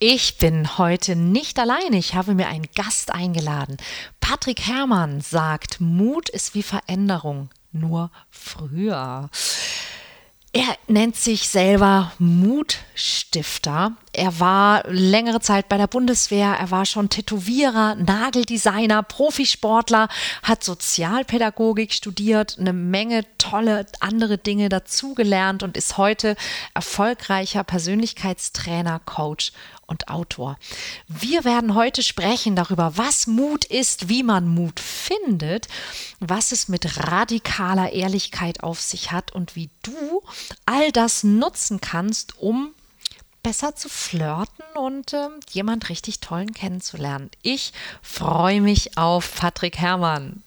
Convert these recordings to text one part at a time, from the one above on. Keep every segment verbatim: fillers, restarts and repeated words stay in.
Ich bin heute nicht alleine. Ich habe mir einen Gast eingeladen. Patrick Herrmann sagt, Mut ist wie Veränderung, nur früher. Er nennt sich selber Mutstifter. Er war längere Zeit bei der Bundeswehr, er war schon Tätowierer, Nageldesigner, Profisportler, hat Sozialpädagogik studiert, eine Menge tolle andere Dinge dazugelernt und ist heute erfolgreicher Persönlichkeitstrainer, Coach und Autor. Wir werden heute sprechen darüber, was Mut ist, wie man Mut findet, was es mit radikaler Ehrlichkeit auf sich hat und wie du all das nutzen kannst, um besser zu flirten und äh, jemand richtig Tollen kennenzulernen. Ich freue mich auf Patrick Herrmann.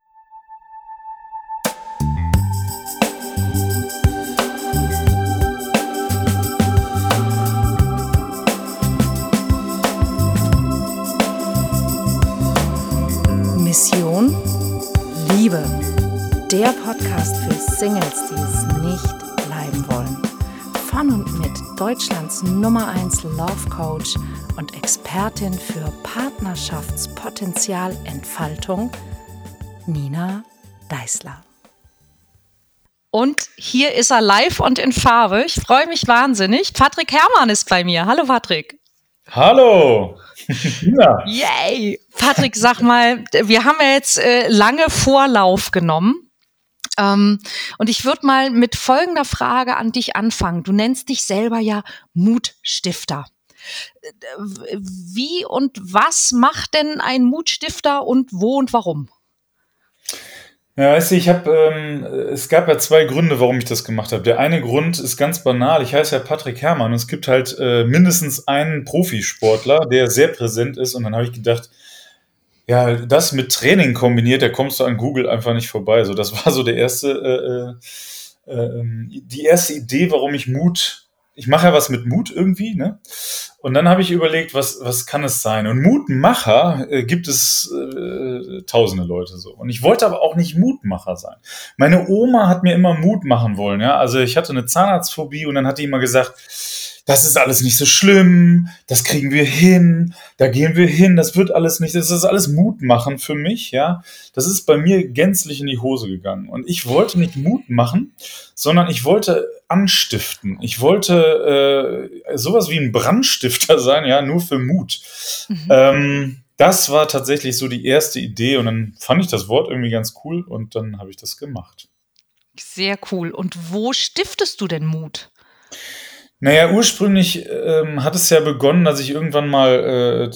Mission Liebe. Der Podcast für Singles, die es nicht bleiben wollen. Von und mit Deutschlands Nummer eins Love Coach und Expertin für Partnerschaftspotenzialentfaltung, Nina Deißler. Und hier ist er live und in Farbe. Ich freue mich wahnsinnig. Patrick Herrmann ist bei mir. Hallo Patrick. Hallo. Ja. Yay. Patrick, sag mal, wir haben ja jetzt äh, lange Vorlauf genommen. Ähm, und ich würde mal mit folgender Frage an dich anfangen. Du nennst dich selber ja Mutstifter. Wie und was macht denn ein Mutstifter und wo und warum? Ja, weißt du, ich habe, ähm, es gab ja zwei Gründe, warum ich das gemacht habe. Der eine Grund ist ganz banal. Ich heiße ja Patrick Herrmann und es gibt halt äh, mindestens einen Profisportler, der sehr präsent ist. Und dann habe ich gedacht, ja, das mit Training kombiniert, da kommst du an Google einfach nicht vorbei. So, das war so der erste, äh, äh, die erste Idee, warum ich Mut, ich mache ja was mit Mut irgendwie, ne? Und dann habe ich überlegt, was, was kann es sein? Und Mutmacher äh, gibt es äh, tausende Leute so. Und ich wollte aber auch nicht Mutmacher sein. Meine Oma hat mir immer Mut machen wollen, ja. Also ich hatte eine Zahnarztphobie und dann hat die immer gesagt, das ist alles nicht so schlimm, das kriegen wir hin, da gehen wir hin, das wird alles nicht, das ist alles Mut machen für mich, ja. Das ist bei mir gänzlich in die Hose gegangen. Und ich wollte nicht Mut machen, sondern ich wollte anstiften. Ich wollte äh, sowas wie ein Brandstifter sein, ja, nur für Mut. Mhm. Ähm, das war tatsächlich so die erste Idee und dann fand ich das Wort irgendwie ganz cool und dann habe ich das gemacht. Sehr cool. Und wo stiftest du denn Mut? Naja, ursprünglich ähm, hat es ja begonnen, dass ich irgendwann mal äh,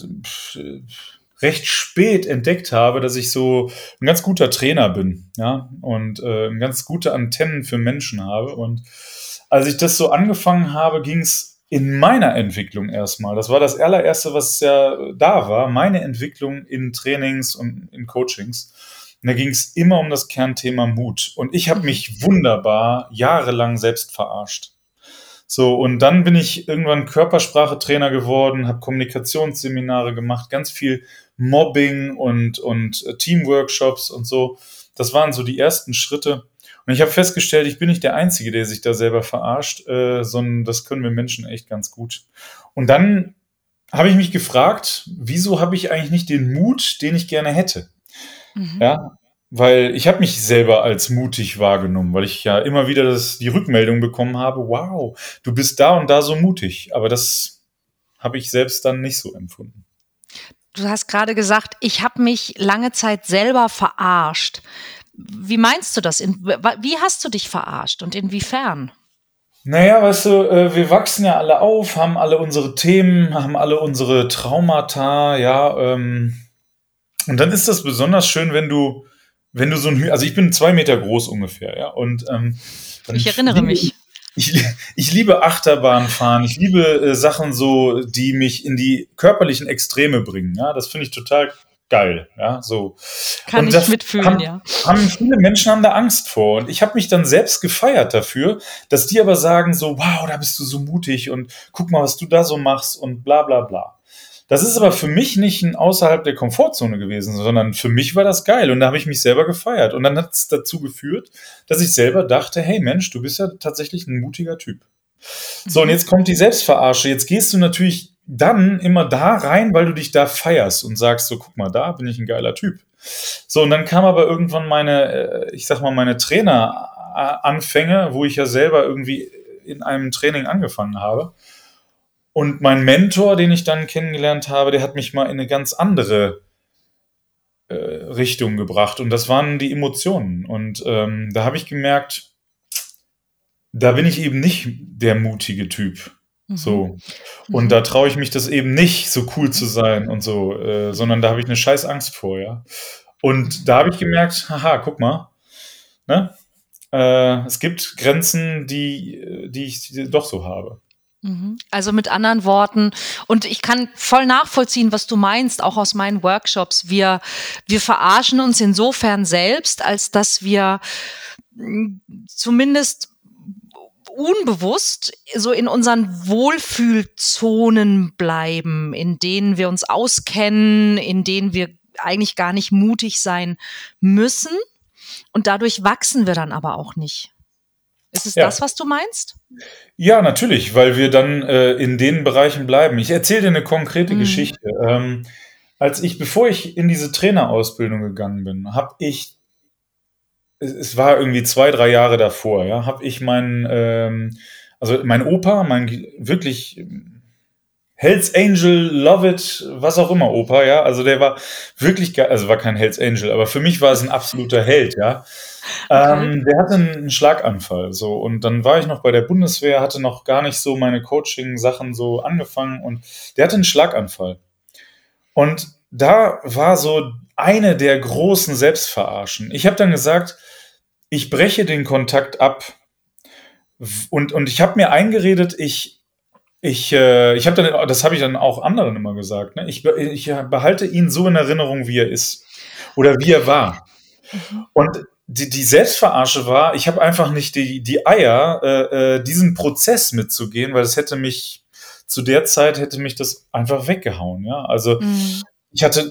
recht spät entdeckt habe, dass ich so ein ganz guter Trainer bin, ja, und äh, ganz gute Antennen für Menschen habe. Und als ich das so angefangen habe, ging es in meiner Entwicklung erstmal. Das war das allererste, was ja da war, meine Entwicklung in Trainings und in Coachings. Und da ging es immer um das Kernthema Mut. Und ich habe mich wunderbar jahrelang selbst verarscht. So, und dann bin ich irgendwann Körpersprache-Trainer geworden, habe Kommunikationsseminare gemacht, ganz viel Mobbing und, und Teamworkshops und so. Das waren so die ersten Schritte. Und ich habe festgestellt, ich bin nicht der Einzige, der sich da selber verarscht, äh, sondern das können wir Menschen echt ganz gut. Und dann habe ich mich gefragt, wieso habe ich eigentlich nicht den Mut, den ich gerne hätte? Mhm. Ja, weil ich habe mich selber als mutig wahrgenommen, weil ich ja immer wieder das, die Rückmeldung bekommen habe, wow, du bist da und da so mutig. Aber das habe ich selbst dann nicht so empfunden. Du hast gerade gesagt, ich habe mich lange Zeit selber verarscht. Wie meinst du das? In, wie hast du dich verarscht und inwiefern? Naja, weißt du, wir wachsen ja alle auf, haben alle unsere Themen, haben alle unsere Traumata, ja. Ähm, und dann ist das besonders schön, wenn du Wenn du so ein, also ich bin zwei Meter groß ungefähr, ja, und ähm, ich erinnere liebe, mich. Ich, ich liebe Achterbahnfahren, ich liebe äh, Sachen so, die mich in die körperlichen Extreme bringen, ja, das finde ich total geil, ja, so. Kann und ich mitfühlen, haben, ja. Haben viele Menschen haben da Angst vor und ich habe mich dann selbst gefeiert dafür, dass die aber sagen so, wow, da bist du so mutig und guck mal, was du da so machst und bla bla bla. Das ist aber für mich nicht ein außerhalb der Komfortzone gewesen, sondern für mich war das geil und da habe ich mich selber gefeiert. Und dann hat es dazu geführt, dass ich selber dachte, hey Mensch, du bist ja tatsächlich ein mutiger Typ. So, und jetzt kommt die Selbstverarsche. Jetzt gehst du natürlich dann immer da rein, weil du dich da feierst und sagst so, guck mal, da bin ich ein geiler Typ. So, und dann kam aber irgendwann meine, ich sag mal, meine Traineranfänge, wo ich ja selber irgendwie in einem Training angefangen habe. Und mein Mentor, den ich dann kennengelernt habe, der hat mich mal in eine ganz andere äh, Richtung gebracht. Und das waren die Emotionen. Und ähm, da habe ich gemerkt, da bin ich eben nicht der mutige Typ. Mhm. So. Und mhm. da traue ich mich das eben nicht, so cool zu sein und so, äh, sondern da habe ich eine scheiß Angst vor, ja. Und da habe ich gemerkt, haha, guck mal, ne? Äh, es gibt Grenzen, die, die ich doch so habe. Also mit anderen Worten, und ich kann voll nachvollziehen, was du meinst, auch aus meinen Workshops. Wir, wir verarschen uns insofern selbst, als dass wir zumindest unbewusst so in unseren Wohlfühlzonen bleiben, in denen wir uns auskennen, in denen wir eigentlich gar nicht mutig sein müssen. Und dadurch wachsen wir dann aber auch nicht. Ist es ja. das, was du meinst? Ja, natürlich, weil wir dann äh, in den Bereichen bleiben. Ich erzähle dir eine konkrete mhm. Geschichte. Ähm, als ich, bevor ich in diese Trainerausbildung gegangen bin, habe ich, es, es war irgendwie zwei, drei Jahre davor, ja, habe ich meinen, ähm, also mein Opa, mein wirklich Hells Angel, Love It, was auch immer Opa, ja, also der war wirklich geil, also war kein Hells Angel, aber für mich war es ein absoluter Held, ja. Okay. Ähm, der hatte einen Schlaganfall, so, und dann war ich noch bei der Bundeswehr, hatte noch gar nicht so meine Coaching-Sachen so angefangen und der hatte einen Schlaganfall. Und da war so eine der großen Selbstverarschen. Ich habe dann gesagt, ich breche den Kontakt ab und, und ich habe mir eingeredet, ich Ich, äh, ich habe dann, das habe ich dann auch anderen immer gesagt, ne? Ich, ich behalte ihn so in Erinnerung, wie er ist oder wie er war. Mhm. Und die, die Selbstverarsche war, ich habe einfach nicht die, die Eier, äh, diesen Prozess mitzugehen, weil das hätte mich, zu der Zeit hätte mich das einfach weggehauen, ja. Also mhm. ich hatte,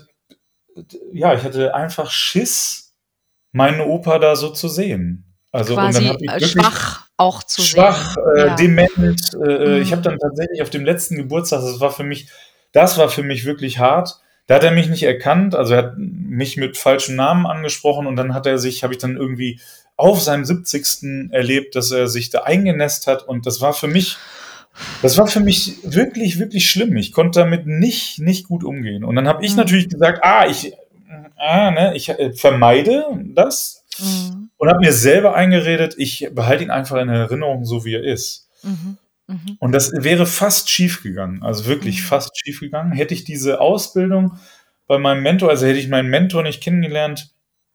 ja, ich hatte einfach Schiss, meinen Opa da so zu sehen. Also quasi und dann hab ich wirklich schwach auch zu schwach, sehen. Äh, ja. dement. Äh, Mhm. Ich habe dann tatsächlich auf dem letzten Geburtstag, das war für mich, das war für mich wirklich hart. Da hat er mich nicht erkannt, also er hat mich mit falschen Namen angesprochen und dann hat er sich, habe ich dann irgendwie auf seinem siebzigsten erlebt, dass er sich da eingenässt hat und das war für mich, das war für mich wirklich, wirklich schlimm. Ich konnte damit nicht, nicht gut umgehen. Und dann habe ich mhm. natürlich gesagt, ah, ich, ah, ne, ich äh, vermeide das. Mhm. Und habe mir selber eingeredet, ich behalte ihn einfach in Erinnerung, so wie er ist. Mhm. Mhm. Und das wäre fast schief gegangen, also wirklich mhm. fast schief gegangen. Hätte ich diese Ausbildung bei meinem Mentor, also hätte ich meinen Mentor nicht kennengelernt,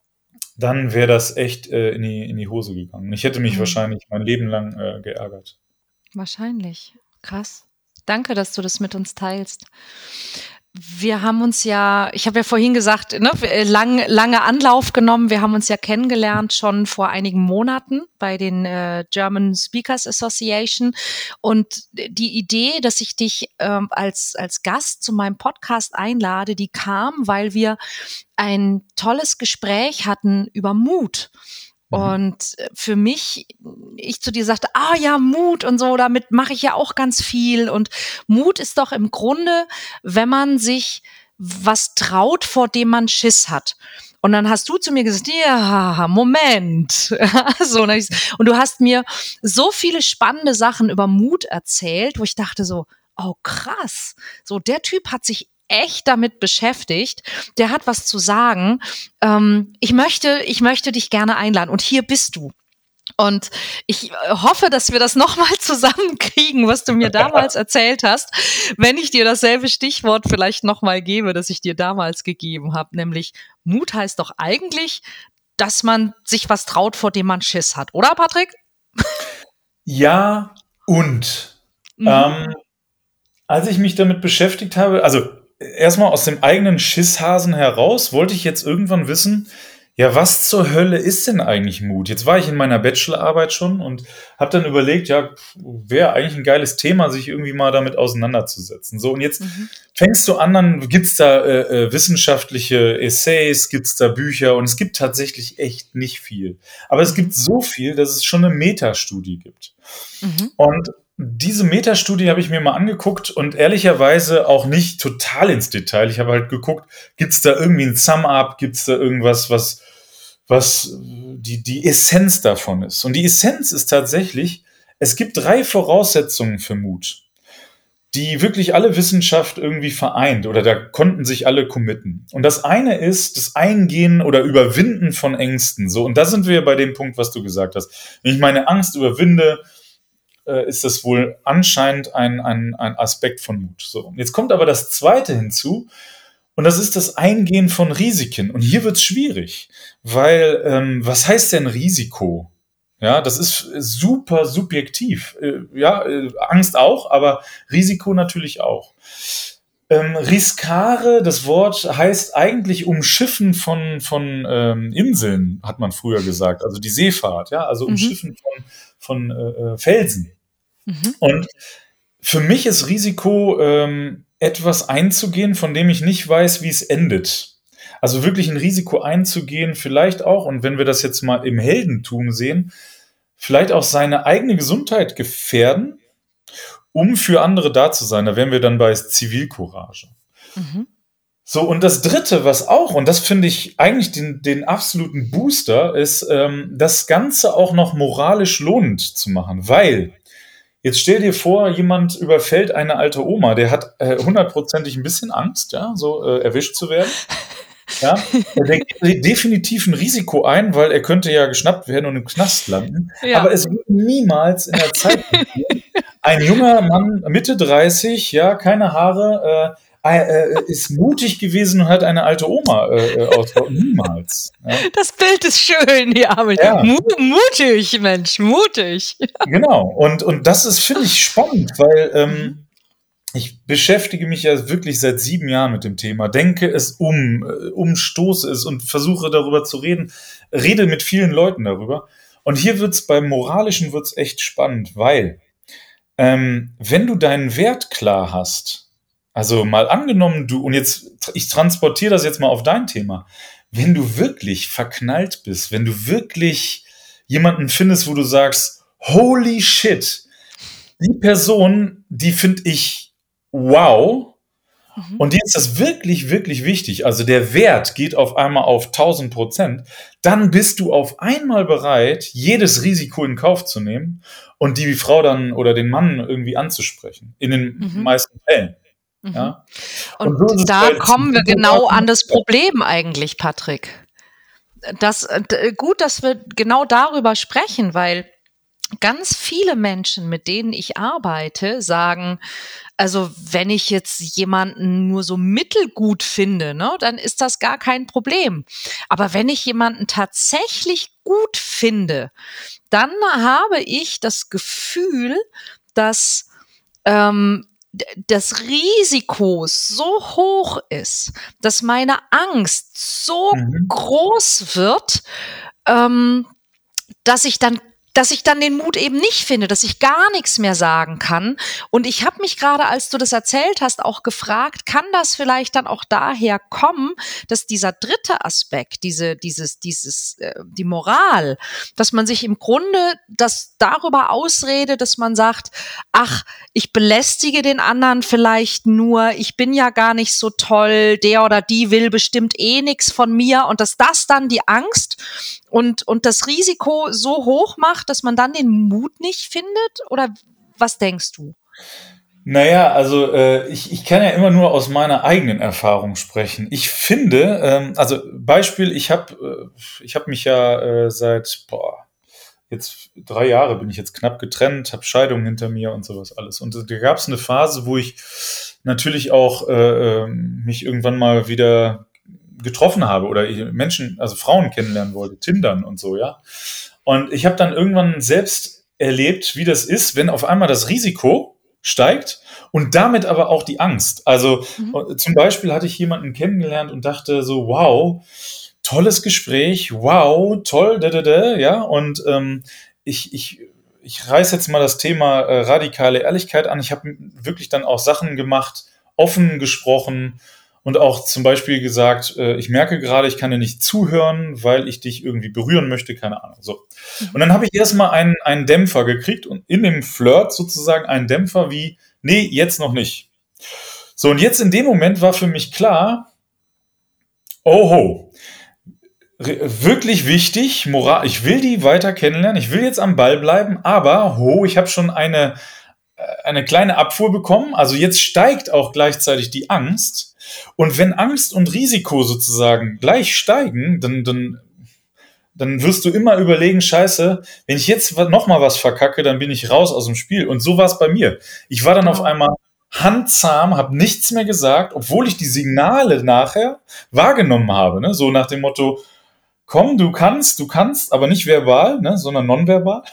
dann wäre das echt äh, in, die, in die Hose gegangen. Ich hätte mich mhm. wahrscheinlich mein Leben lang äh, geärgert. Wahrscheinlich. Krass. Danke, dass du das mit uns teilst. Wir haben uns ja, ich habe ja vorhin gesagt, ne, lang, lange Anlauf genommen. Wir haben uns ja kennengelernt schon vor einigen Monaten bei den äh, German Speakers Association. Und die Idee, dass ich dich ähm, als, als Gast zu meinem Podcast einlade, die kam, weil wir ein tolles Gespräch hatten über Mut. Und für mich, ich zu dir sagte, ah ja, Mut und so, damit mache ich ja auch ganz viel. Und Mut ist doch im Grunde, wenn man sich was traut, vor dem man Schiss hat. Und dann hast du zu mir gesagt, ja, Moment. so, und du hast mir so viele spannende Sachen über Mut erzählt, wo ich dachte so, oh krass, so der Typ hat sich echt damit beschäftigt, der hat was zu sagen. Ähm, ich möchte, ich möchte dich gerne einladen und hier bist du. Und ich hoffe, dass wir das nochmal zusammenkriegen, was du mir damals erzählt hast, wenn ich dir dasselbe Stichwort vielleicht nochmal gebe, das ich dir damals gegeben habe, nämlich Mut heißt doch eigentlich, dass man sich was traut, vor dem man Schiss hat, oder Patrick? Ja und mhm. ähm, als ich mich damit beschäftigt habe, also erstmal aus dem eigenen Schisshasen heraus wollte ich jetzt irgendwann wissen, ja, was zur Hölle ist denn eigentlich Mut? Jetzt war ich in meiner Bachelorarbeit schon und habe dann überlegt, ja, wäre eigentlich ein geiles Thema, sich irgendwie mal damit auseinanderzusetzen. So, und jetzt mhm. fängst du an, dann gibt's da äh, wissenschaftliche Essays, gibt's da Bücher und es gibt tatsächlich echt nicht viel. Aber es gibt so viel, dass es schon eine Metastudie gibt. Mhm. Und diese Metastudie habe ich mir mal angeguckt und ehrlicherweise auch nicht total ins Detail. Ich habe halt geguckt, gibt es da irgendwie ein Sum-Up, gibt es da irgendwas, was, was die, die Essenz davon ist. Und die Essenz ist tatsächlich, es gibt drei Voraussetzungen für Mut, die wirklich alle Wissenschaft irgendwie vereint oder da konnten sich alle committen. Und das eine ist das Eingehen oder Überwinden von Ängsten. So, und da sind wir bei dem Punkt, was du gesagt hast. Wenn ich meine Angst überwinde, äh, ist das wohl anscheinend ein, ein, ein Aspekt von Mut. So, und jetzt kommt aber das Zweite hinzu. Und das ist das Eingehen von Risiken. Und hier wird es schwierig, weil ähm, was heißt denn Risiko? Ja, das ist super subjektiv. Äh, ja, äh, Angst auch, aber Risiko natürlich auch. Ähm, riskare, das Wort heißt eigentlich Umschiffen von, von ähm, Inseln, hat man früher gesagt. Also die Seefahrt, ja, also Umschiffen von, von äh, Felsen. Mhm. Und für mich ist Risiko ähm, etwas einzugehen, von dem ich nicht weiß, wie es endet. Also wirklich ein Risiko einzugehen, vielleicht auch, und wenn wir das jetzt mal im Heldentum sehen, vielleicht auch seine eigene Gesundheit gefährden, um für andere da zu sein. Da wären wir dann bei Zivilcourage. Mhm. So, und das Dritte, was auch, und das finde ich eigentlich den, den absoluten Booster, ist, ähm, das Ganze auch noch moralisch lohnend zu machen, weil jetzt stell dir vor, jemand überfällt eine alte Oma, der hat äh, hundertprozentig ein bisschen Angst, ja, so äh, erwischt zu werden. Ja, er geht definitiv ein Risiko ein, weil er könnte ja geschnappt werden und im Knast landen. Ja. Aber es wird niemals in der Zeit passieren. Ein junger Mann, Mitte dreißig, ja, keine Haare, äh, äh, ist mutig gewesen und hat eine alte Oma äh, ausgeraubt. Niemals. Ja. Das Bild ist schön, ja, aber Ja. mu- mutig, Mensch, mutig. Genau. Und, und das ist, finde ich, spannend, weil ähm, Mhm. ich beschäftige mich ja wirklich seit sieben Jahren mit dem Thema, denke es um, äh, umstoße es und versuche darüber zu reden, rede mit vielen Leuten darüber. Und hier wird's beim Moralischen wird's echt spannend, weil ähm, wenn du deinen Wert klar hast, also mal angenommen du, und jetzt, ich transportiere das jetzt mal auf dein Thema, wenn du wirklich verknallt bist, wenn du wirklich jemanden findest, wo du sagst, holy shit, die Person, die finde ich wow, Mhm. und dir ist das wirklich, wirklich wichtig, also der Wert geht auf einmal auf tausend Prozent, dann bist du auf einmal bereit, jedes Risiko in Kauf zu nehmen und die Frau dann oder den Mann irgendwie anzusprechen, in den Mhm. meisten Fällen. Mhm. Ja? Und so ist es da bei kommen wir Zivilcourage genau an das auch. Problem eigentlich, Patrick. Das, äh, d- gut, dass wir genau darüber sprechen, weil ganz viele Menschen, mit denen ich arbeite, sagen, also wenn ich jetzt jemanden nur so mittelgut finde, ne, dann ist das gar kein Problem. Aber wenn ich jemanden tatsächlich gut finde, dann habe ich das Gefühl, dass ähm, d- das Risiko so hoch ist, dass meine Angst so Mhm. groß wird, ähm, dass ich dann dass ich dann den Mut eben nicht finde, dass ich gar nichts mehr sagen kann. Und ich habe mich gerade, als du das erzählt hast, auch gefragt, kann das vielleicht dann auch daher kommen, dass dieser dritte Aspekt, diese, dieses, dieses, äh, die Moral, dass man sich im Grunde das darüber ausredet, dass man sagt, ach, ich belästige den anderen vielleicht nur, ich bin ja gar nicht so toll, der oder die will bestimmt eh nichts von mir, und dass das dann die Angst und, und das Risiko so hoch macht, dass man dann den Mut nicht findet? Oder was denkst du? Naja, also äh, ich, ich kann ja immer nur aus meiner eigenen Erfahrung sprechen. Ich finde, ähm, also Beispiel, ich habe äh, ich hab mich ja äh, seit, boah, jetzt drei Jahre bin ich jetzt knapp getrennt, habe Scheidungen hinter mir und sowas alles. Und da gab es eine Phase, wo ich natürlich auch äh, ähm, mich irgendwann mal wieder getroffen habe oder ich Menschen, also Frauen kennenlernen wollte, Tindern und so, ja. Und ich habe dann irgendwann selbst erlebt, wie das ist, wenn auf einmal das Risiko steigt und damit aber auch die Angst. Also Mhm. äh, zum Beispiel hatte ich jemanden kennengelernt und dachte so, wow, tolles Gespräch, wow, toll, da, da, da, ja. Und ähm, ich, ich, ich reiß jetzt mal das Thema äh, radikale Ehrlichkeit an. Ich habe wirklich dann auch Sachen gemacht, offen gesprochen und auch zum Beispiel gesagt, äh, ich merke gerade, ich kann dir nicht zuhören, weil ich dich irgendwie berühren möchte, keine Ahnung. So. Und dann habe ich erstmal einen, einen Dämpfer gekriegt und in dem Flirt sozusagen einen Dämpfer wie, nee, jetzt noch nicht. So, und jetzt in dem Moment war für mich klar, oho, wirklich wichtig, Moral, ich will die weiter kennenlernen, ich will jetzt am Ball bleiben, aber ho, ich habe schon eine, eine kleine Abfuhr bekommen, also jetzt steigt auch gleichzeitig die Angst und wenn Angst und Risiko sozusagen gleich steigen, dann, dann, dann wirst du immer überlegen, scheiße, wenn ich jetzt nochmal was verkacke, dann bin ich raus aus dem Spiel und so war es bei mir. Ich war dann auf einmal handzahm, habe nichts mehr gesagt, obwohl ich die Signale nachher wahrgenommen habe, ne? So nach dem Motto, komm, du kannst, du kannst, aber nicht verbal, ne, sondern nonverbal.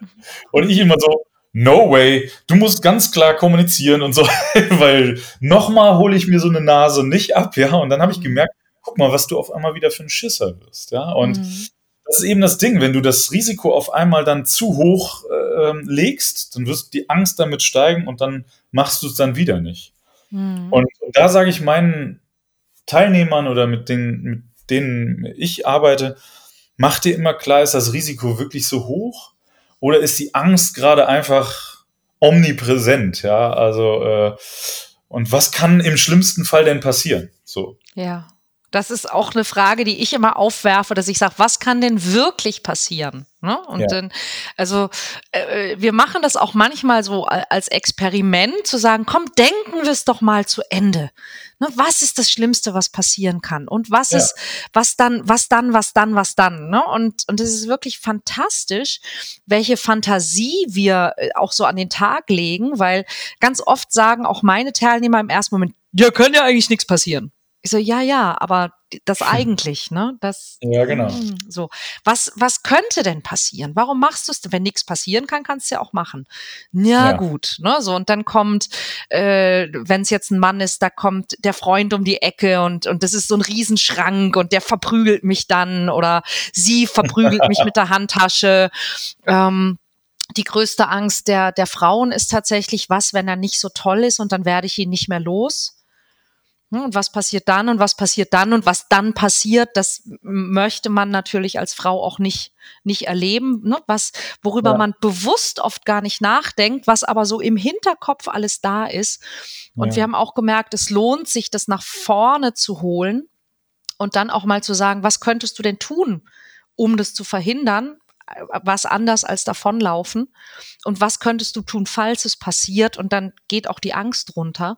Und ich immer so, no way, du musst ganz klar kommunizieren und so, weil nochmal hole ich mir so eine Nase nicht ab, ja. Und dann habe ich gemerkt, guck mal, was du auf einmal wieder für ein Schisser wirst, ja. Und mhm. das ist eben das Ding, wenn du das Risiko auf einmal dann zu hoch äh, legst, dann wirst die Angst damit steigen und dann machst du es dann wieder nicht. Mhm. Und da sage ich meinen Teilnehmern oder mit den, mit denen ich arbeite, mach dir immer klar, ist das Risiko wirklich so hoch oder ist die Angst gerade einfach omnipräsent, ja, also äh, und was kann im schlimmsten Fall denn passieren? So. Ja, das ist auch eine Frage, die ich immer aufwerfe, dass ich sage, was kann denn wirklich passieren? Ne? Und ja. dann, also äh, wir machen das auch manchmal so als Experiment, zu sagen, komm, denken wir es doch mal zu Ende. Ne, was ist das Schlimmste, was passieren kann? Und was ja. ist, was dann, was dann, was dann, was dann? Ne? Und und es ist wirklich fantastisch, welche Fantasie wir auch so an den Tag legen, weil ganz oft sagen auch meine Teilnehmer im ersten Moment, ja, kann ja eigentlich nichts passieren. Ich so, ja, ja, aber das eigentlich, ne? Das, ja, genau. So. Was, was könnte denn passieren? Warum machst du es denn? Wenn nichts passieren kann, kannst du ja auch machen. Ja, ja. gut, ne? So, und dann kommt, äh, wenn es jetzt ein Mann ist, da kommt der Freund um die Ecke und, und das ist so ein Riesenschrank und der verprügelt mich dann oder sie verprügelt mich mit der Handtasche. Ähm, Die größte Angst der, der Frauen ist tatsächlich, was, wenn er nicht so toll ist und dann werde ich ihn nicht mehr los? Und was passiert dann und was passiert dann und was dann passiert, das möchte man natürlich als Frau auch nicht, nicht erleben, ne? Was, worüber ja. man bewusst oft gar nicht nachdenkt, was aber so im Hinterkopf alles da ist. Und ja. wir haben auch gemerkt, es lohnt sich, das nach vorne zu holen und dann auch mal zu sagen, was könntest du denn tun, um das zu verhindern? Was anders als davonlaufen und was könntest du tun, falls es passiert und dann geht auch die Angst runter.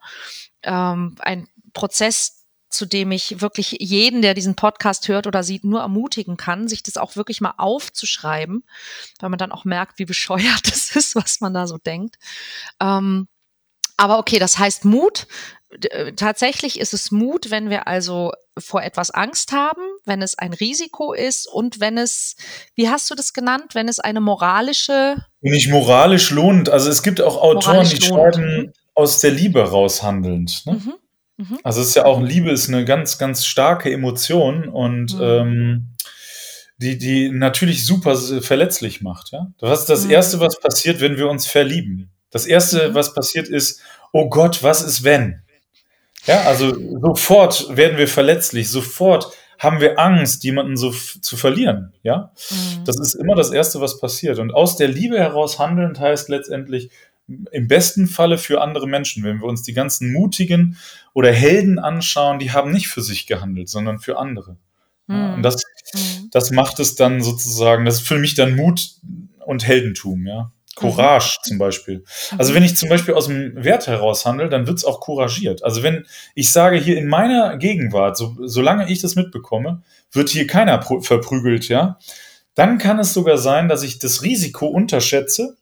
Ähm, ein Prozess, zu dem ich wirklich jeden, der diesen Podcast hört oder sieht, nur ermutigen kann, sich das auch wirklich mal aufzuschreiben, weil man dann auch merkt, wie bescheuert es ist, was man da so denkt. Ähm, aber okay, das heißt Mut. Tatsächlich ist es Mut, wenn wir also vor etwas Angst haben, wenn es ein Risiko ist und wenn es, wie hast du das genannt, wenn es eine moralische... Nicht moralisch lohnend. Also es gibt auch Autoren, die schreiben mhm. aus der Liebe raushandelnd. Ne? Mhm. Mhm. Also es ist ja auch, Liebe ist eine ganz, ganz starke Emotion und mhm. ähm, die, die natürlich super verletzlich macht. Ja? Das ist das mhm. Erste, was passiert, wenn wir uns verlieben. Das Erste, mhm. was passiert ist, oh Gott, was ist wenn? Ja, also sofort werden wir verletzlich, sofort haben wir Angst, jemanden so f- zu verlieren. Ja, mhm. das ist immer das Erste, was passiert. Und aus der Liebe heraus handelnd heißt letztendlich im besten Falle für andere Menschen. Wenn wir uns die ganzen Mutigen oder Helden anschauen, die haben nicht für sich gehandelt, sondern für andere. Mhm. Ja, und das, mhm. das macht es dann sozusagen, das ist für mich dann Mut und Heldentum, ja. Courage mhm. zum Beispiel. Also wenn ich zum Beispiel aus dem Wert heraus handle, dann wird es auch couragiert. Also wenn ich sage, hier in meiner Gegenwart, so, solange ich das mitbekomme, wird hier keiner pro- verprügelt, ja, dann kann es sogar sein, dass ich das Risiko unterschätze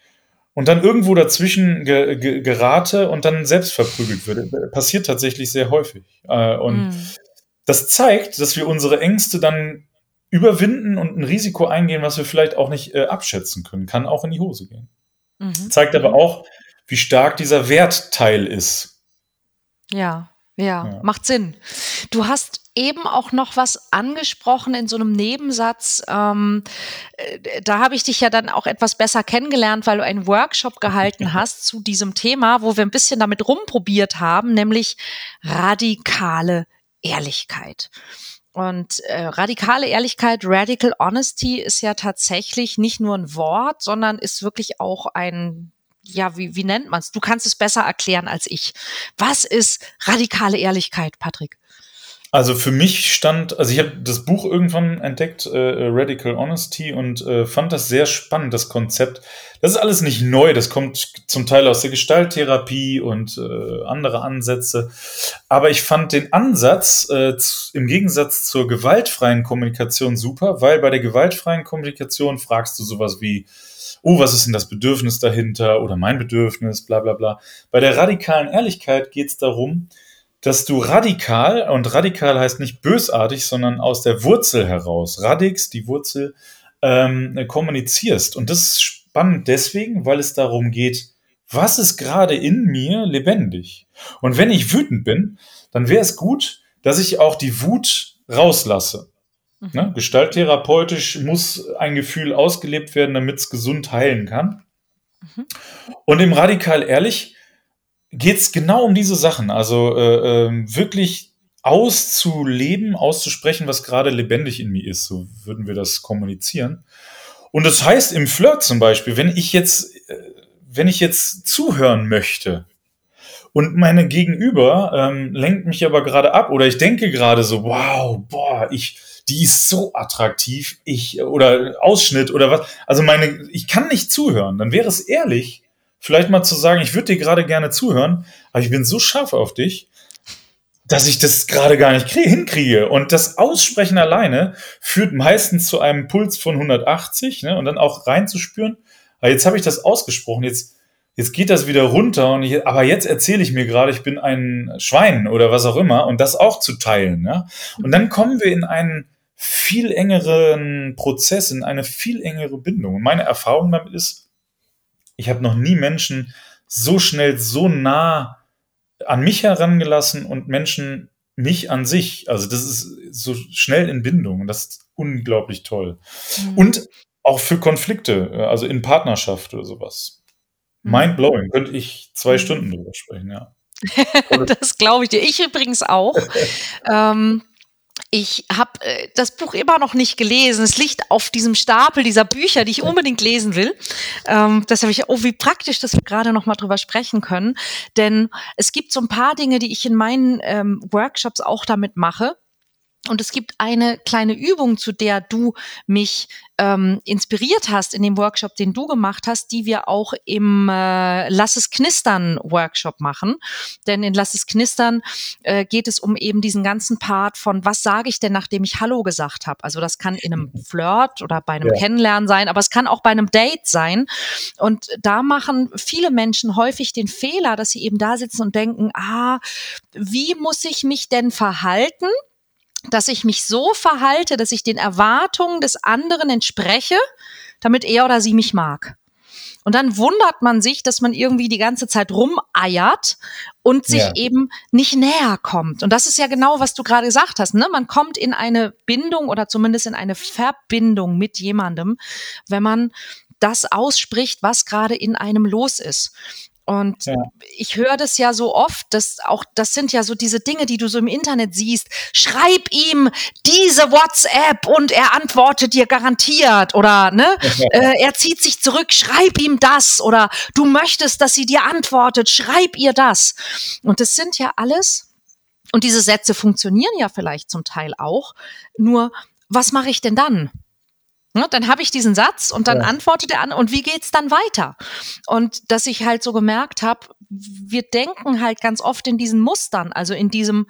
und dann irgendwo dazwischen ge- ge- gerate und dann selbst verprügelt würde. Passiert tatsächlich sehr häufig. Äh, und mhm. das zeigt, dass wir unsere Ängste dann überwinden und ein Risiko eingehen, was wir vielleicht auch nicht äh, abschätzen können, kann auch in die Hose gehen. Mhm. Zeigt aber auch, wie stark dieser Wertteil ist. Ja, Ja, Ja. macht Sinn. Du hast eben auch noch was angesprochen in so einem Nebensatz. Ähm, äh, da habe ich dich ja dann auch etwas besser kennengelernt, weil du einen Workshop gehalten hast zu diesem Thema, wo wir ein bisschen damit rumprobiert haben, nämlich radikale Ehrlichkeit. Und äh, radikale Ehrlichkeit, Radical Honesty, ist ja tatsächlich nicht nur ein Wort, sondern ist wirklich auch ein, ja, wie, wie nennt man es? Du kannst es besser erklären als ich. Was ist radikale Ehrlichkeit, Patrick? Also für mich stand, also ich habe das Buch irgendwann entdeckt, äh, Radical Honesty, und äh, fand das sehr spannend, das Konzept. Das ist alles nicht neu, das kommt zum Teil aus der Gestalttherapie und äh, andere Ansätze. Aber ich fand den Ansatz äh, z- im Gegensatz zur gewaltfreien Kommunikation super, weil bei der gewaltfreien Kommunikation fragst du sowas wie, oh, was ist denn das Bedürfnis dahinter oder mein Bedürfnis, bla bla bla. Bei der radikalen Ehrlichkeit geht es darum, dass du radikal, und radikal heißt nicht bösartig, sondern aus der Wurzel heraus, radix, die Wurzel, ähm, kommunizierst. Und das ist spannend deswegen, weil es darum geht, was ist gerade in mir lebendig? Und wenn ich wütend bin, dann wäre es gut, dass ich auch die Wut rauslasse. Mhm. Ne? Gestalttherapeutisch muss ein Gefühl ausgelebt werden, damit es gesund heilen kann. Mhm. Und im Radikal Ehrlich geht es genau um diese Sachen. Also äh, ähm, wirklich auszuleben, auszusprechen, was gerade lebendig in mir ist. So würden wir das kommunizieren. Und das heißt im Flirt zum Beispiel, wenn ich jetzt, äh, wenn ich jetzt zuhören möchte und meine Gegenüber ähm, lenkt mich aber gerade ab, oder ich denke gerade so, wow, boah, ich, die ist so attraktiv, ich, oder Ausschnitt oder was. Also meine, ich kann nicht zuhören. Dann wäre es ehrlich, vielleicht mal zu sagen, ich würde dir gerade gerne zuhören, aber ich bin so scharf auf dich, dass ich das gerade gar nicht krie- hinkriege. Und das Aussprechen alleine führt meistens zu einem Puls von hundertachtzig, ne, und dann auch reinzuspüren, aber jetzt habe ich das ausgesprochen, jetzt, jetzt geht das wieder runter, und ich, aber jetzt erzähle ich mir gerade, ich bin ein Schwein oder was auch immer, und das auch zu teilen. Ja? Und dann kommen wir in einen viel engeren Prozess, in eine viel engere Bindung. Und meine Erfahrung damit ist, ich habe noch nie Menschen so schnell, so nah an mich herangelassen und Menschen mich an sich. Also das ist so schnell in Bindung, und das ist unglaublich toll. Mhm. Und auch für Konflikte, also in Partnerschaft oder sowas. Mhm. Mind-blowing, könnte ich zwei Mhm. Stunden drüber sprechen, ja. Das glaube ich dir. Ich übrigens auch. ähm, Ich habe äh, das Buch immer noch nicht gelesen. Es liegt auf diesem Stapel dieser Bücher, die ich unbedingt lesen will. Ähm, das habe ich, oh, wie praktisch, dass wir gerade noch mal drüber sprechen können. Denn es gibt so ein paar Dinge, die ich in meinen ähm, Workshops auch damit mache. Und es gibt eine kleine Übung, zu der du mich ähm, inspiriert hast in dem Workshop, den du gemacht hast, die wir auch im äh, Lass es knistern Workshop machen. Denn in Lass es knistern äh, geht es um eben diesen ganzen Part von, was sage ich denn, nachdem ich Hallo gesagt habe. Also das kann in einem Flirt oder bei einem Ja. Kennenlernen sein, aber es kann auch bei einem Date sein. Und da machen viele Menschen häufig den Fehler, dass sie eben da sitzen und denken, ah, wie muss ich mich denn verhalten, dass ich mich so verhalte, dass ich den Erwartungen des anderen entspreche, damit er oder sie mich mag. Und dann wundert man sich, dass man irgendwie die ganze Zeit rumeiert und sich Ja. eben nicht näher kommt. Und das ist ja genau, was du gerade gesagt hast, ne? Man kommt in eine Bindung oder zumindest in eine Verbindung mit jemandem, wenn man das ausspricht, was gerade in einem los ist. Und Ja. ich höre das ja so oft, dass auch, das sind ja so diese Dinge, die du so im Internet siehst. Schreib ihm diese WhatsApp und er antwortet dir garantiert, oder ne, äh, er zieht sich zurück, schreib ihm das, oder du möchtest, dass sie dir antwortet, schreib ihr das. Und das sind ja alles, und diese Sätze funktionieren ja vielleicht zum Teil auch, nur was mache ich denn dann? Ne, dann habe ich diesen Satz und dann Ja. antwortet er an, und wie geht's dann weiter? Und dass ich halt so gemerkt habe, wir denken halt ganz oft in diesen Mustern, also in diesem,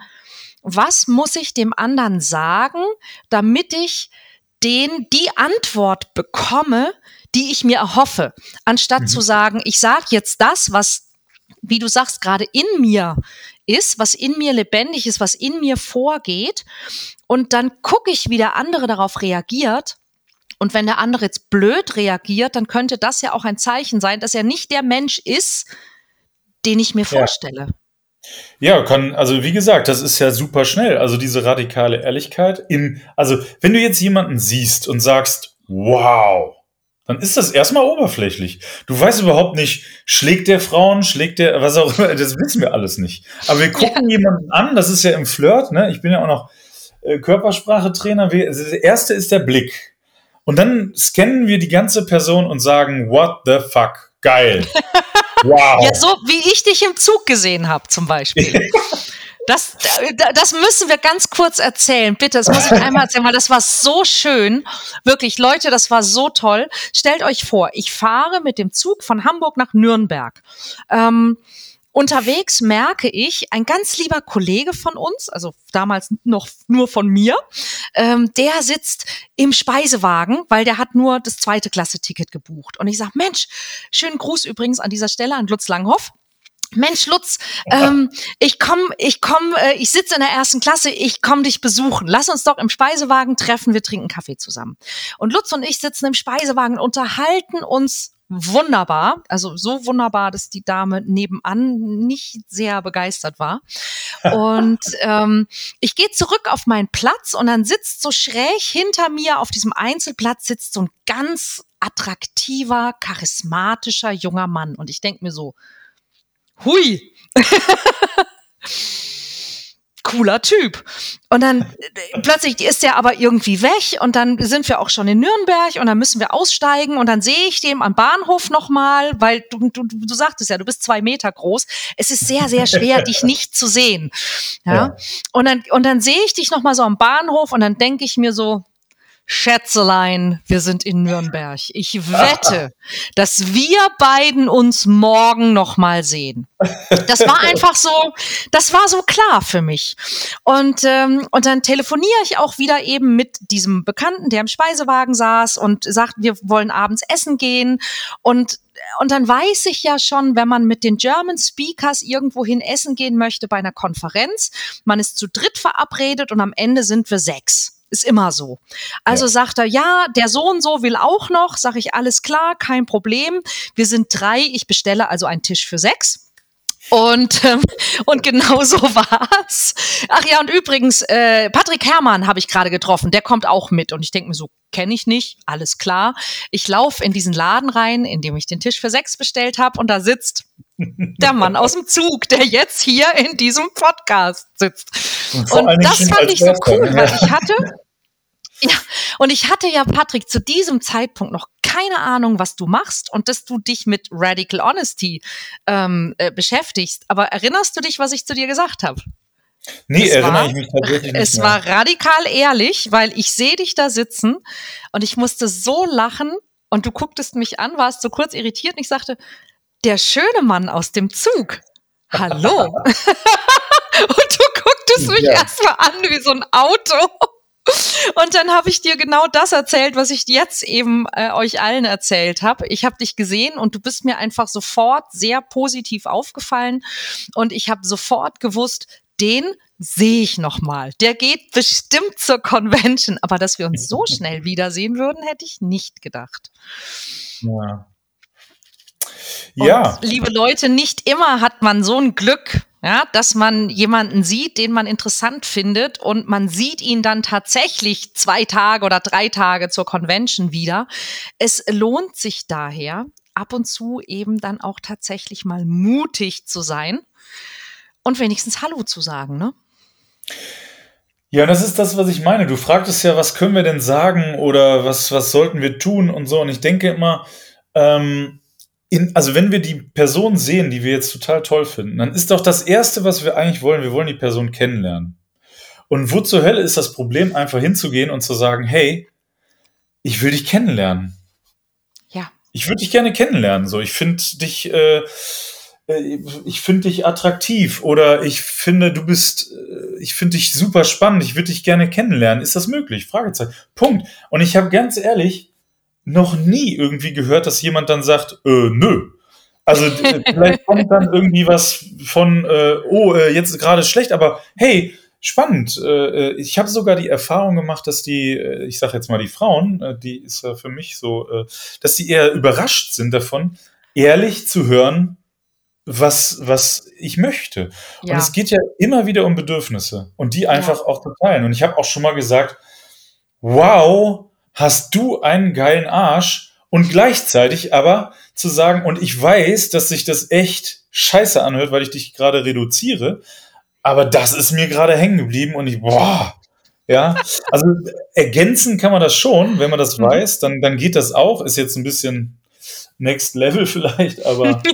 was muss ich dem anderen sagen, damit ich den die Antwort bekomme, die ich mir erhoffe, anstatt Mhm. zu sagen, ich sage jetzt das, was, wie du sagst, gerade in mir ist, was in mir lebendig ist, was in mir vorgeht, und dann gucke ich, wie der andere darauf reagiert. Und wenn der andere jetzt blöd reagiert, dann könnte das ja auch ein Zeichen sein, dass er nicht der Mensch ist, den ich mir Ja. vorstelle. Ja, kann, also wie gesagt, das ist ja super schnell. Also diese radikale Ehrlichkeit in, also wenn du jetzt jemanden siehst und sagst, wow, dann ist das erstmal oberflächlich. Du weißt überhaupt nicht, schlägt der Frauen, schlägt der, was auch immer, das wissen wir alles nicht. Aber wir gucken ja. jemanden an, das ist ja im Flirt, ne? Ich bin ja auch noch äh, Körpersprache-Trainer. Wir, also das erste ist der Blick. Und dann scannen wir die ganze Person und sagen, what the fuck, geil. Wow. Ja, so wie ich dich im Zug gesehen habe, zum Beispiel. Das, das müssen wir ganz kurz erzählen, bitte. Das muss ich einmal erzählen, weil das war so schön. Wirklich, Leute, das war so toll. Stellt euch vor, ich fahre mit dem Zug von Hamburg nach Nürnberg. Ähm, unterwegs merke ich, ein ganz lieber Kollege von uns, also damals noch nur von mir, ähm, der sitzt im Speisewagen, weil der hat nur das zweite Klasse-Ticket gebucht. Und ich sage, Mensch, schönen Gruß übrigens an dieser Stelle an Lutz Langhoff. Mensch, Lutz, ähm, ich komm, ich komm, äh, ich sitze in der ersten Klasse, ich komm dich besuchen. Lass uns doch im Speisewagen treffen, wir trinken Kaffee zusammen. Und Lutz und ich sitzen im Speisewagen, unterhalten uns wunderbar, also so wunderbar, dass die Dame nebenan nicht sehr begeistert war. Und ähm, ich gehe zurück auf meinen Platz und dann sitzt so schräg hinter mir auf diesem Einzelplatz sitzt so ein ganz attraktiver, charismatischer junger Mann. Und ich denke mir so, hui, cooler Typ. Und dann äh, plötzlich ist der aber irgendwie weg und dann sind wir auch schon in Nürnberg und dann müssen wir aussteigen und dann sehe ich den am Bahnhof nochmal, weil du, du, du sagtest ja, du bist zwei Meter groß. Es ist sehr, sehr schwer, dich nicht zu sehen. Ja? Ja. Und dann, und dann sehe ich dich nochmal so am Bahnhof und dann denke ich mir so, Schätzelein, wir sind in Nürnberg. Ich wette, dass wir beiden uns morgen noch mal sehen. Das war einfach so, das war so klar für mich. Und, ähm, und dann telefoniere ich auch wieder eben mit diesem Bekannten, der im Speisewagen saß und sagt, wir wollen abends essen gehen. Und Und dann weiß ich ja schon, wenn man mit den German Speakers irgendwohin essen gehen möchte bei einer Konferenz, man ist zu dritt verabredet und am Ende sind wir sechs. Ist immer so. Also ja. sagt er, ja, der so und so will auch noch. Sag ich, alles klar, kein Problem. Wir sind drei, ich bestelle also einen Tisch für sechs. Und, ähm, und genau so war's. Ach ja, und übrigens, äh, Patrick Herrmann habe ich gerade getroffen, der kommt auch mit. Und ich denke mir so, kenne ich nicht, alles klar. Ich laufe in diesen Laden rein, in dem ich den Tisch für sechs bestellt habe und da sitzt der Mann aus dem Zug, der jetzt hier in diesem Podcast sitzt. Und, und das fand ich so cool, ja. weil ich hatte... Ja, und ich hatte ja, Patrick, zu diesem Zeitpunkt noch keine Ahnung, was du machst und dass du dich mit Radical Honesty ähm, äh, beschäftigst. Aber erinnerst du dich, was ich zu dir gesagt habe? Nee, es erinnere war, ich mich tatsächlich nicht Es mehr. war radikal ehrlich, weil ich sehe dich da sitzen und ich musste so lachen und du gucktest mich an, warst so kurz irritiert und ich sagte, der schöne Mann aus dem Zug, hallo. Und du gucktest mich ja. erstmal an wie so ein Auto. Und dann habe ich dir genau das erzählt, was ich jetzt eben äh, euch allen erzählt habe. Ich habe dich gesehen und du bist mir einfach sofort sehr positiv aufgefallen und ich habe sofort gewusst, den sehe ich noch mal. Der geht bestimmt zur Convention, aber dass wir uns so schnell wiedersehen würden, hätte ich nicht gedacht. Ja. Und, ja. liebe Leute, nicht immer hat man so ein Glück, ja, dass man jemanden sieht, den man interessant findet und man sieht ihn dann tatsächlich zwei Tage oder drei Tage zur Convention wieder. Es lohnt sich daher, ab und zu eben dann auch tatsächlich mal mutig zu sein und wenigstens Hallo zu sagen, ne? Ja, das ist das, was ich meine. Du fragtest ja, was können wir denn sagen oder was, was sollten wir tun und so. Und ich denke immer, ähm, In, also wenn wir die Person sehen, die wir jetzt total toll finden, dann ist doch das Erste, was wir eigentlich wollen, wir wollen die Person kennenlernen. Und wo zur Hölle ist das Problem, einfach hinzugehen und zu sagen, hey, ich will dich kennenlernen. Ja. Ich würde dich gerne kennenlernen. So, ich finde dich, äh, ich finde dich attraktiv oder ich finde, du bist, ich finde dich super spannend. Ich würde dich gerne kennenlernen. Ist das möglich? Fragezeichen. Punkt. Und ich habe ganz ehrlich noch nie irgendwie gehört, dass jemand dann sagt, äh, nö. Also vielleicht kommt dann irgendwie was von, äh, oh, äh, jetzt gerade schlecht, aber hey, spannend. Äh, ich habe sogar die Erfahrung gemacht, dass die, äh, ich sage jetzt mal die Frauen, äh, die ist ja für mich so, äh, dass die eher überrascht sind davon, ehrlich zu hören, was, was ich möchte. Ja. Und es geht ja immer wieder um Bedürfnisse und die einfach Ja. auch zu teilen. Und ich habe auch schon mal gesagt, wow, hast du einen geilen Arsch? Und gleichzeitig aber zu sagen, und ich weiß, dass sich das echt scheiße anhört, weil ich dich gerade reduziere, aber das ist mir gerade hängen geblieben und ich, boah, ja, also ergänzen kann man das schon, wenn man das Mhm. weiß, dann, dann geht das auch, ist jetzt ein bisschen Next Level vielleicht, aber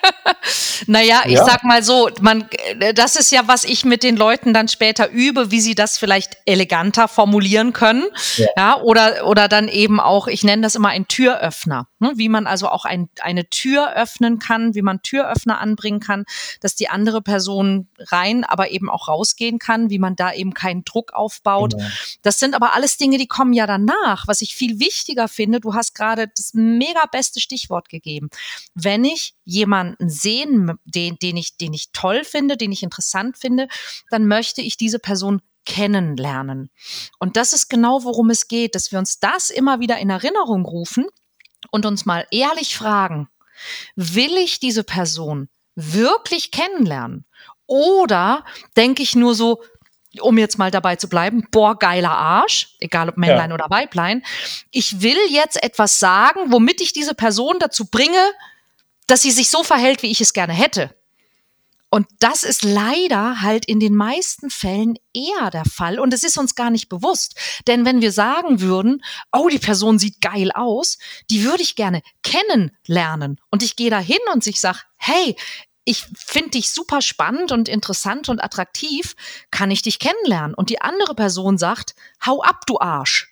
Naja, ich ja, sag mal so, man, das ist ja, was ich mit den Leuten dann später übe, wie sie das vielleicht eleganter formulieren können. ja, Ja, oder, oder dann eben auch, ich nenne das immer ein Türöffner, ne? Wie man also auch ein, eine Tür öffnen kann, wie man Türöffner anbringen kann, dass die andere Person rein, aber eben auch rausgehen kann, wie man da eben keinen Druck aufbaut. genau. Das sind aber alles Dinge, die kommen ja danach. Was ich viel wichtiger finde, du hast gerade das mega beste Stichwort gegeben. Wenn ich jemanden sehen, den, den ich, den ich toll finde, den ich interessant finde, dann möchte ich diese Person kennenlernen. Und das ist genau, worum es geht, dass wir uns das immer wieder in Erinnerung rufen und uns mal ehrlich fragen, will ich diese Person wirklich kennenlernen? Oder denke ich nur so, um jetzt mal dabei zu bleiben, boah, geiler Arsch, egal ob Männlein Ja, oder Weiblein, ich will jetzt etwas sagen, womit ich diese Person dazu bringe, dass sie sich so verhält, wie ich es gerne hätte. Und das ist leider halt in den meisten Fällen eher der Fall. Und es ist uns gar nicht bewusst. Denn wenn wir sagen würden, oh, die Person sieht geil aus, die würde ich gerne kennenlernen. Und ich gehe da hin und ich sage, hey, ich finde dich super spannend und interessant und attraktiv, kann ich dich kennenlernen? Und die andere Person sagt, hau ab, du Arsch.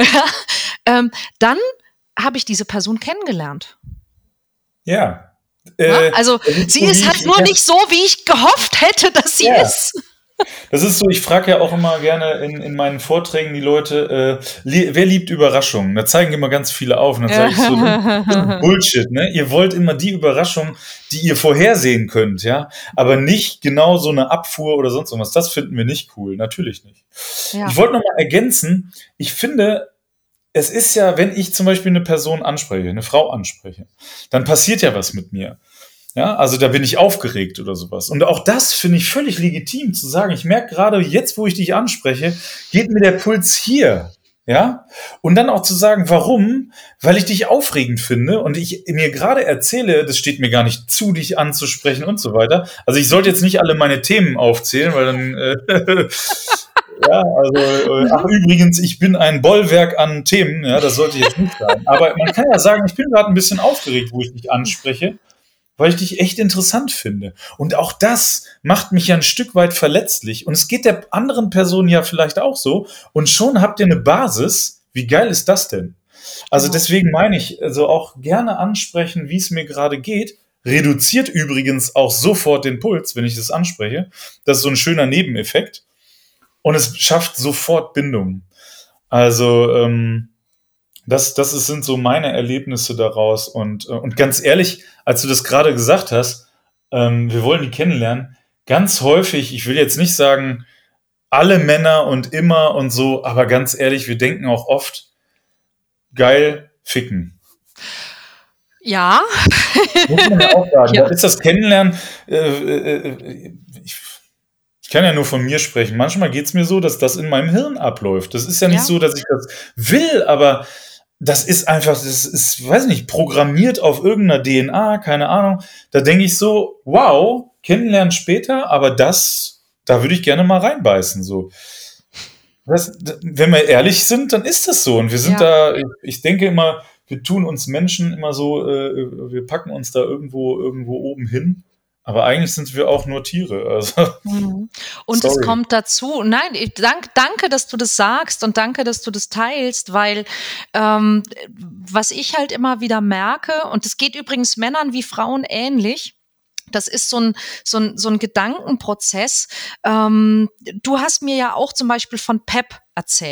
ähm, dann habe ich diese Person kennengelernt. ja. Ja, Äh, also das ist sie so ist wie, halt nur ja, nicht so, wie ich gehofft hätte, dass sie ja. ist. Das ist so, ich frage ja auch immer gerne in, in meinen Vorträgen die Leute, äh, li wer liebt Überraschungen? Da zeigen immer ganz viele auf und dann sage ich so, das ist Bullshit, ne? Ihr wollt immer die Überraschung, die ihr vorhersehen könnt, ja, aber nicht genau so eine Abfuhr oder sonst irgendwas. Das finden wir nicht cool, natürlich nicht. Ja. Ich wollte noch mal ergänzen, ich finde, es ist ja, wenn ich zum Beispiel eine Person anspreche, eine Frau anspreche, dann passiert ja was mit mir. Ja, also da bin ich aufgeregt oder sowas. Und auch das finde ich völlig legitim zu sagen. Ich merke gerade jetzt, wo ich dich anspreche, geht mir der Puls hier. Ja, und dann auch zu sagen, warum? Weil ich dich aufregend finde und ich mir gerade erzähle, das steht mir gar nicht zu, dich anzusprechen und so weiter. Also ich sollte jetzt nicht alle meine Themen aufzählen, weil dann, äh, ja, also, äh, ach übrigens, ich bin ein Bollwerk an Themen, ja, das sollte jetzt nicht sein. Aber man kann ja sagen, ich bin gerade ein bisschen aufgeregt, wo ich dich anspreche, weil ich dich echt interessant finde. Und auch das macht mich ja ein Stück weit verletzlich. Und es geht der anderen Person ja vielleicht auch so. Und schon habt ihr eine Basis. Wie geil ist das denn? Also Genau. deswegen meine ich, also auch gerne ansprechen, wie es mir gerade geht. Reduziert übrigens auch sofort den Puls, wenn ich das anspreche. Das ist so ein schöner Nebeneffekt. Und es schafft sofort Bindung. Also, ähm, das, das ist, sind so meine Erlebnisse daraus. Und, äh, und ganz ehrlich, als du das gerade gesagt hast, ähm, wir wollen die kennenlernen, ganz häufig, ich will jetzt nicht sagen, alle Männer und immer und so, aber ganz ehrlich, wir denken auch oft, geil, ficken. Ja. Muss man ja auch sagen. Ja. Da ist das Kennenlernen, äh, äh, ich, ich kann ja nur von mir sprechen. Manchmal geht es mir so, dass das in meinem Hirn abläuft. Das ist ja nicht Ja. so, dass ich das will, aber das ist einfach, das ist, weiß nicht, programmiert auf irgendeiner D N A, keine Ahnung. Da denke ich so, wow, kennenlernen später, aber das, da würde ich gerne mal reinbeißen, so. Das, wenn wir ehrlich sind, dann ist das so. Und wir sind Ja. da, ich, ich denke immer, wir tun uns Menschen immer so, äh, wir packen uns da irgendwo, irgendwo oben hin. Aber eigentlich sind wir auch nur Tiere. Also, Mhm. Und es sorry. kommt dazu, nein, ich dank, danke, dass du das sagst und danke, dass du das teilst, weil ähm, was ich halt immer wieder merke, und es geht übrigens Männern wie Frauen ähnlich, das ist so ein, so ein, so ein Gedankenprozess. Ähm, du hast mir ja auch zum Beispiel von P E P erzählt.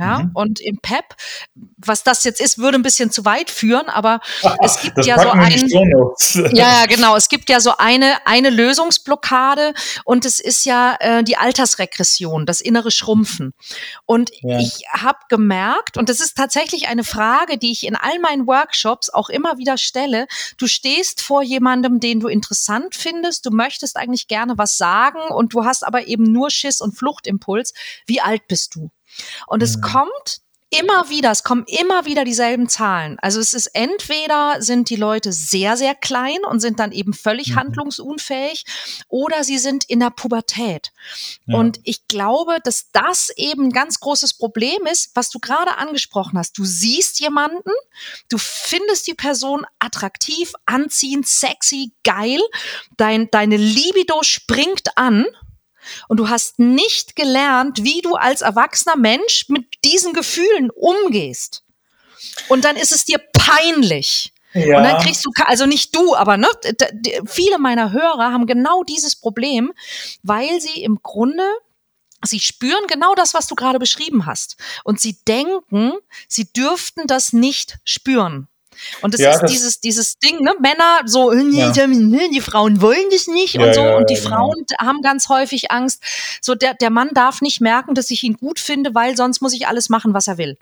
Ja, Mhm. und im P E P, was das jetzt ist, würde ein bisschen zu weit führen, aber es gibt Das ja so packen wir in die ein, Shownotes. ja, ja, genau, es gibt ja so eine, eine Lösungsblockade und es ist ja äh, die Altersregression, das innere Schrumpfen. Und Ja. ich habe gemerkt, und das ist tatsächlich eine Frage, die ich in all meinen Workshops auch immer wieder stelle, du stehst vor jemandem, den du interessant findest, du möchtest eigentlich gerne was sagen und du hast aber eben nur Schiss und Fluchtimpuls. Wie alt bist du? Und es Mhm. kommt immer wieder, es kommen immer wieder dieselben Zahlen. Also es ist entweder sind die Leute sehr, sehr klein und sind dann eben völlig Mhm. handlungsunfähig oder sie sind in der Pubertät. Ja. Und ich glaube, dass das eben ein ganz großes Problem ist, was du gerade angesprochen hast. Du siehst jemanden, du findest die Person attraktiv, anziehend, sexy, geil, dein, deine Libido springt an. Und du hast nicht gelernt, wie du als erwachsener Mensch mit diesen Gefühlen umgehst. Und dann ist es dir peinlich. Ja. Und dann kriegst du, also nicht du, aber ne, d- d- viele meiner Hörer haben genau dieses Problem, weil sie im Grunde, sie spüren genau das, was du gerade beschrieben hast. Und sie denken, sie dürften das nicht spüren. Und es Ja, ist das- dieses, dieses Ding, ne, Männer so, Ja. die Frauen wollen das nicht Ja, und so. ja, Und die ja, genau. Frauen haben ganz häufig Angst, so der, der Mann darf nicht merken, dass ich ihn gut finde, weil sonst muss ich alles machen, was er will.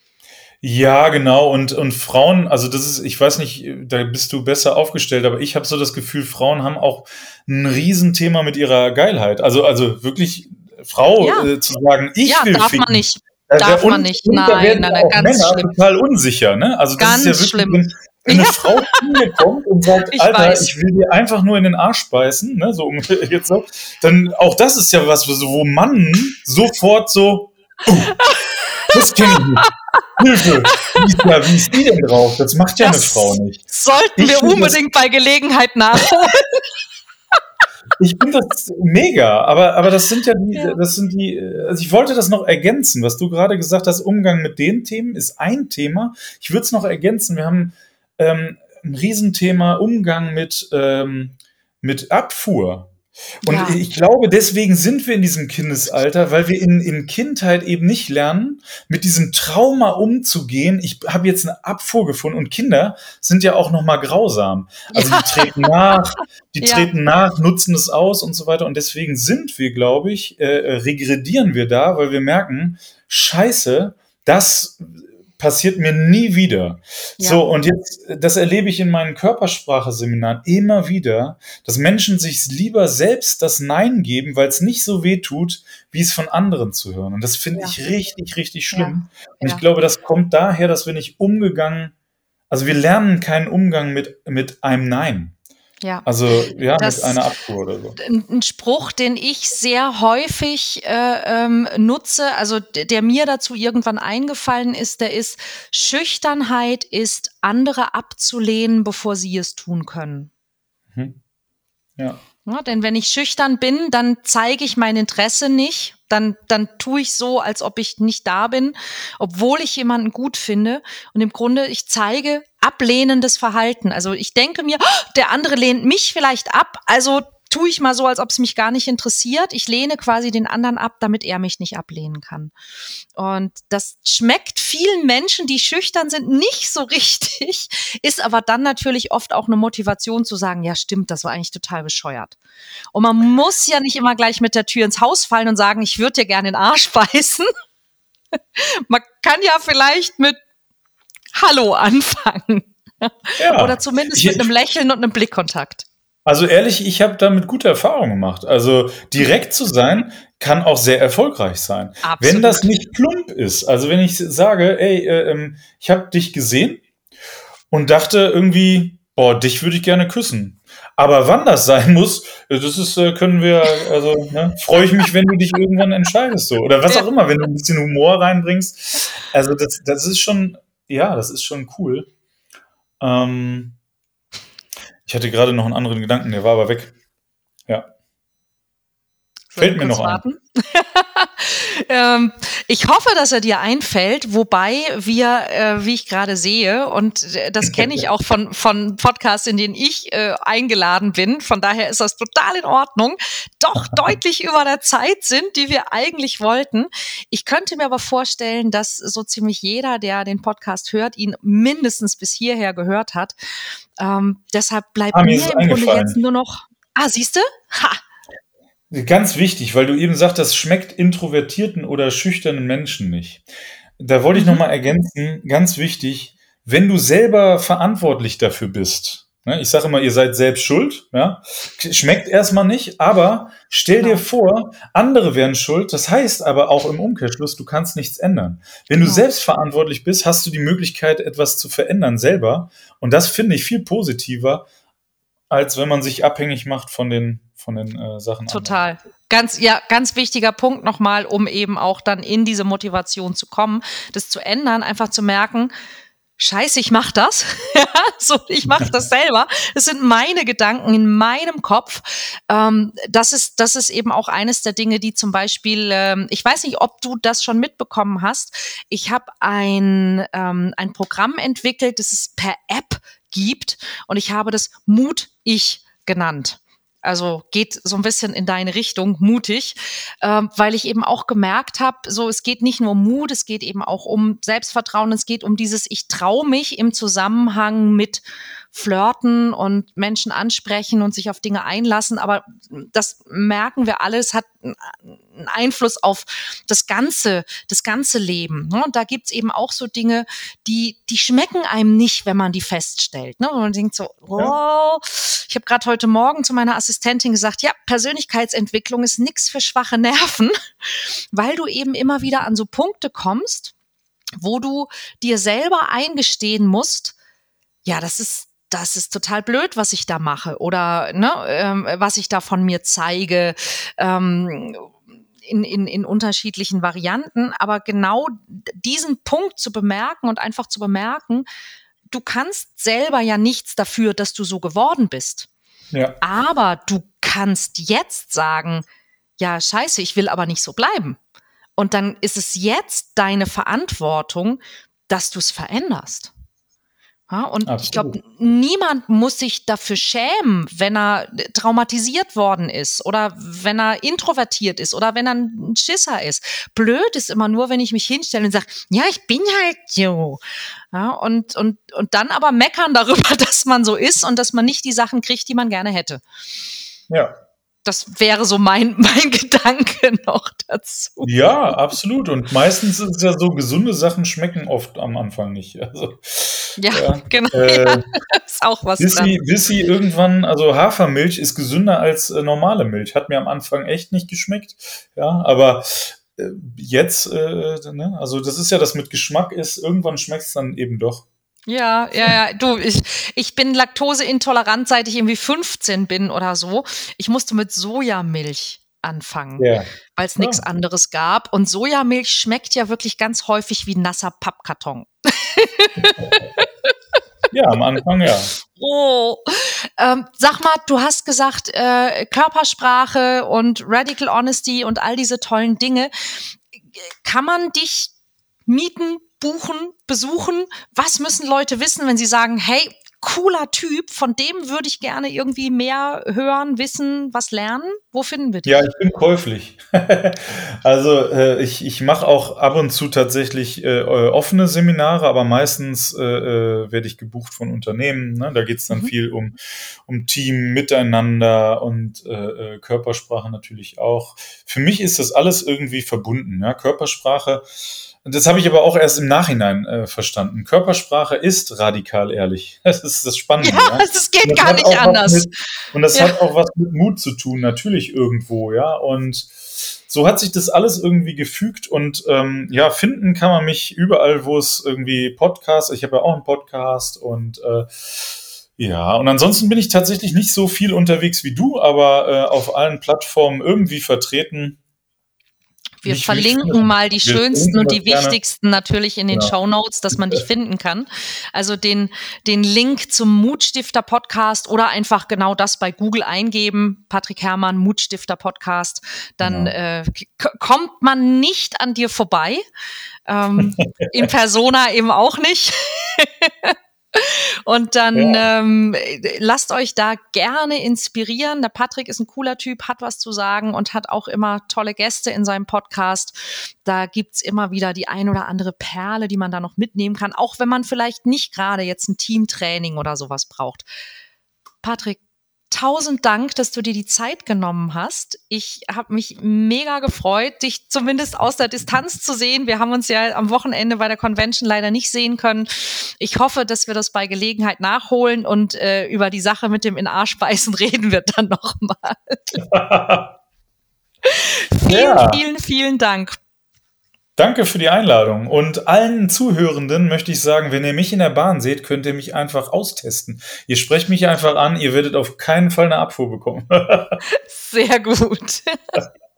Ja, genau. Und, und Frauen, also das ist, ich weiß nicht, da bist du besser aufgestellt, aber ich habe so das Gefühl, Frauen haben auch ein Riesenthema mit ihrer Geilheit. Also, also wirklich Frau Ja. äh, zu sagen, ich Ja, will darf ficken. man nicht. Da- Darf da- man und- nicht. Und da Nein, werden nein, ja nein, auch ganz Männer schlimm. total unsicher. Ne? Also das ist ja Ganz wirklich, schlimm. wenn, wenn eine Ja. Frau zu mir kommt und sagt, Ich Alter, weiß. ich will dir einfach nur in den Arsch beißen, ne? So ungefähr jetzt so, dann auch das ist ja was, so, wo Mann sofort so, oh, das kenne ich nicht. Hilfe! Wie ist, ja, wie ist die denn drauf? Das macht ja eine Das Frau nicht. sollten Ich wir find das- unbedingt bei Gelegenheit nachholen. Ich finde das mega, aber, aber das sind ja die, Ja. das sind die, also ich wollte das noch ergänzen, was du gerade gesagt hast, Umgang mit den Themen ist ein Thema. Ich würde es noch ergänzen, wir haben ähm, ein Riesenthema Umgang mit, ähm, mit Abfuhr. Und Ja. ich glaube, deswegen sind wir in diesem Kindesalter, weil wir in, in Kindheit eben nicht lernen, mit diesem Trauma umzugehen. Ich habe jetzt eine Abfuhr gefunden und Kinder sind ja auch noch mal grausam. Also Ja. die treten nach, die Ja. treten nach, nutzen es aus und so weiter. Und deswegen sind wir, glaube ich, äh, regredieren wir da, weil wir merken, Scheiße, das passiert mir nie wieder. Ja. So, und jetzt, das erlebe ich in meinen Körpersprache-Seminaren immer wieder, dass Menschen sich lieber selbst das Nein geben, weil es nicht so weh tut, wie es von anderen zu hören. Und das finde Ja. ich richtig, richtig schlimm. Ja. Und Ja. ich glaube, das kommt daher, dass wir nicht umgegangen, also wir lernen keinen Umgang mit, mit einem Nein. Ja. Also, ja, Das- mit einer Abfuhr oder so. Ein ein Spruch, den ich sehr häufig äh, ähm, nutze, also d- der mir dazu irgendwann eingefallen ist, der ist, Schüchternheit ist, andere abzulehnen, bevor sie es tun können. Mhm. Ja. Ja, denn wenn ich schüchtern bin, dann zeige ich mein Interesse nicht, dann, dann tue ich so, als ob ich nicht da bin, obwohl ich jemanden gut finde. Und im Grunde, ich zeige ablehnendes Verhalten. Also ich denke mir, oh, der andere lehnt mich vielleicht ab, also tue ich mal so, als ob es mich gar nicht interessiert. Ich lehne quasi den anderen ab, damit er mich nicht ablehnen kann. Und das schmeckt vielen Menschen, die schüchtern sind, nicht so richtig, ist aber dann natürlich oft auch eine Motivation zu sagen, ja stimmt, das war eigentlich total bescheuert. Und man muss ja nicht immer gleich mit der Tür ins Haus fallen und sagen, ich würde dir gerne den Arsch beißen. Man kann ja vielleicht mit Hallo anfangen. Ja. Oder zumindest Ich- mit einem Lächeln und einem Blickkontakt. Also ehrlich, ich habe damit gute Erfahrungen gemacht. Also direkt zu sein kann auch sehr erfolgreich sein. Absolut. Wenn das nicht plump ist, also wenn ich sage, ey, äh, ähm, ich habe dich gesehen und dachte irgendwie, boah, dich würde ich gerne küssen. Aber wann das sein muss, das ist, äh, können wir, also ne, freue ich mich, wenn du dich irgendwann entscheidest so. Oder was auch immer, wenn du ein bisschen Humor reinbringst. Also das, das ist schon, ja, das ist schon cool. Ähm, ich hatte gerade noch einen anderen Gedanken, der war aber weg. Ja. Fällt mir noch ein. ähm, ich hoffe, dass er dir einfällt, wobei wir, äh, wie ich gerade sehe, und das kenne ich auch von, von Podcasts, in denen ich äh, eingeladen bin, von daher ist das total in Ordnung, doch deutlich über der Zeit sind, die wir eigentlich wollten. Ich könnte mir aber vorstellen, dass so ziemlich jeder, der den Podcast hört, ihn mindestens bis hierher gehört hat. Ähm, deshalb bleibt ah, mir, mir im Grunde jetzt nur noch... Ah, siehst du? Ha! Ganz wichtig, weil du eben sagst, das schmeckt introvertierten oder schüchternen Menschen nicht. Da wollte ich mhm. nochmal ergänzen, ganz wichtig, wenn du selber verantwortlich dafür bist, ne, ich sage immer, ihr seid selbst schuld, ja, schmeckt erstmal nicht, aber stell genau. dir vor, andere wären schuld, das heißt aber auch im Umkehrschluss, du kannst nichts ändern. Wenn genau. du selbst verantwortlich bist, hast du die Möglichkeit, etwas zu verändern selber, und das finde ich viel positiver, als wenn man sich abhängig macht von den, von den äh, Sachen. Total. Anderen. Ganz, ja, ganz wichtiger Punkt nochmal, um eben auch dann in diese Motivation zu kommen, das zu ändern, einfach zu merken, Scheiße, ich mach das. so, ich mach das selber. Das sind meine Gedanken in meinem Kopf. Ähm, das ist, das ist eben auch eines der Dinge, die zum Beispiel, ähm, ich weiß nicht, ob du das schon mitbekommen hast. Ich habe ein, ähm, ein Programm entwickelt, das es per App gibt, und ich habe das Mut-Ich genannt. Also geht so ein bisschen in deine Richtung, mutig, ähm, weil ich eben auch gemerkt habe, so es geht nicht nur um Mut, es geht eben auch um Selbstvertrauen, es geht um dieses ich traue mich im Zusammenhang mit Flirten und Menschen ansprechen und sich auf Dinge einlassen, aber das merken wir alle, es hat einen Einfluss auf das ganze, das ganze Leben. Ne? Und da gibt's eben auch so Dinge, die, die schmecken einem nicht, wenn man die feststellt. Ne? Und man denkt so, oh, ja. Ich habe gerade heute Morgen zu meiner Assistentin gesagt, ja, Persönlichkeitsentwicklung ist nix für schwache Nerven, weil du eben immer wieder an so Punkte kommst, wo du dir selber eingestehen musst, ja, das ist das ist total blöd, was ich da mache oder ne, ähm, was ich da von mir zeige, ähm, in, in, in unterschiedlichen Varianten. Aber genau diesen Punkt zu bemerken und einfach zu bemerken, du kannst selber ja nichts dafür, dass du so geworden bist. Ja. Aber du kannst jetzt sagen, ja, scheiße, ich will aber nicht so bleiben. Und dann ist es jetzt deine Verantwortung, dass du es veränderst. Ja, und Absolut. Ich glaube, niemand muss sich dafür schämen, wenn er traumatisiert worden ist oder wenn er introvertiert ist oder wenn er ein Schisser ist. Blöd ist immer nur, wenn ich mich hinstelle und sage, ja, ich bin halt so. Ja, und, und, und dann aber meckern darüber, dass man so ist und dass man nicht die Sachen kriegt, die man gerne hätte. Ja. Das wäre so mein, mein Gedanke noch dazu. Ja, absolut. Und meistens ist es ja so, gesunde Sachen schmecken oft am Anfang nicht. Also, ja, ja, genau. Äh, ja, ist auch was bis sie, bis sie irgendwann, also Hafermilch ist gesünder als äh, normale Milch. Hat mir am Anfang echt nicht geschmeckt. Ja, aber äh, jetzt, äh, ne, also das ist ja das mit Geschmack ist, irgendwann schmeckt es dann eben doch. Ja, ja, ja. Du, ich, ich bin laktoseintolerant, seit ich irgendwie fünfzehn bin oder so. Ich musste mit Sojamilch anfangen, yeah. weil es nichts oh. anderes gab. Und Sojamilch schmeckt ja wirklich ganz häufig wie nasser Pappkarton. Ja, am Anfang ja. Oh, ähm, sag mal, du hast gesagt, äh, Körpersprache und Radical Honesty und all diese tollen Dinge. Kann man dich mieten, buchen, besuchen? Was müssen Leute wissen, wenn sie sagen, hey, cooler Typ, von dem würde ich gerne irgendwie mehr hören, wissen, was lernen? Wo finden wir dich? Ja, ich bin käuflich. Also äh, ich, ich mache auch ab und zu tatsächlich äh, offene Seminare, aber meistens äh, werde ich gebucht von Unternehmen. Ne? Da geht es dann mhm. viel um, um Team, Miteinander und äh, Körpersprache natürlich auch. Für mich ist das alles irgendwie verbunden. Ja? Körpersprache. Das habe ich aber auch erst im Nachhinein äh, verstanden. Körpersprache ist radikal ehrlich. Das ist das Spannende. Ja, ja? das geht gar nicht anders. Mit, und das ja. hat auch was mit Mut zu tun, natürlich irgendwo, ja. Und so hat sich das alles irgendwie gefügt. Und ähm, ja, finden kann man mich überall, wo es irgendwie Podcasts, ich habe ja auch einen Podcast und äh, ja, und ansonsten bin ich tatsächlich nicht so viel unterwegs wie du, aber äh, auf allen Plattformen irgendwie vertreten. Wir Nicht verlinken wichtig. mal die Wir schönsten und die gerne. wichtigsten natürlich in den Ja. Shownotes, dass man dich finden kann. Also den, den Link zum Mutstifter Podcast oder einfach genau das bei Google eingeben, Patrick Herrmann, Mutstifter Podcast, dann Genau. äh, k- kommt man nicht an dir vorbei. Ähm, in Persona eben auch nicht. Und dann Ja. ähm, lasst euch da gerne inspirieren. Der Patrick ist ein cooler Typ, hat was zu sagen und hat auch immer tolle Gäste in seinem Podcast. Da gibt's immer wieder die ein oder andere Perle, die man da noch mitnehmen kann, auch wenn man vielleicht nicht gerade jetzt ein Teamtraining oder sowas braucht. Patrick, tausend Dank, dass du dir die Zeit genommen hast. Ich habe mich mega gefreut, dich zumindest aus der Distanz zu sehen. Wir haben uns ja am Wochenende bei der Convention leider nicht sehen können. Ich hoffe, dass wir das bei Gelegenheit nachholen und äh, über die Sache mit dem in Arsch beißen reden wir dann nochmal. vielen, Ja. vielen, vielen Dank. Danke für die Einladung. Und allen Zuhörenden möchte ich sagen, wenn ihr mich in der Bahn seht, könnt ihr mich einfach austesten. Ihr sprecht mich einfach an, ihr werdet auf keinen Fall eine Abfuhr bekommen. Sehr gut.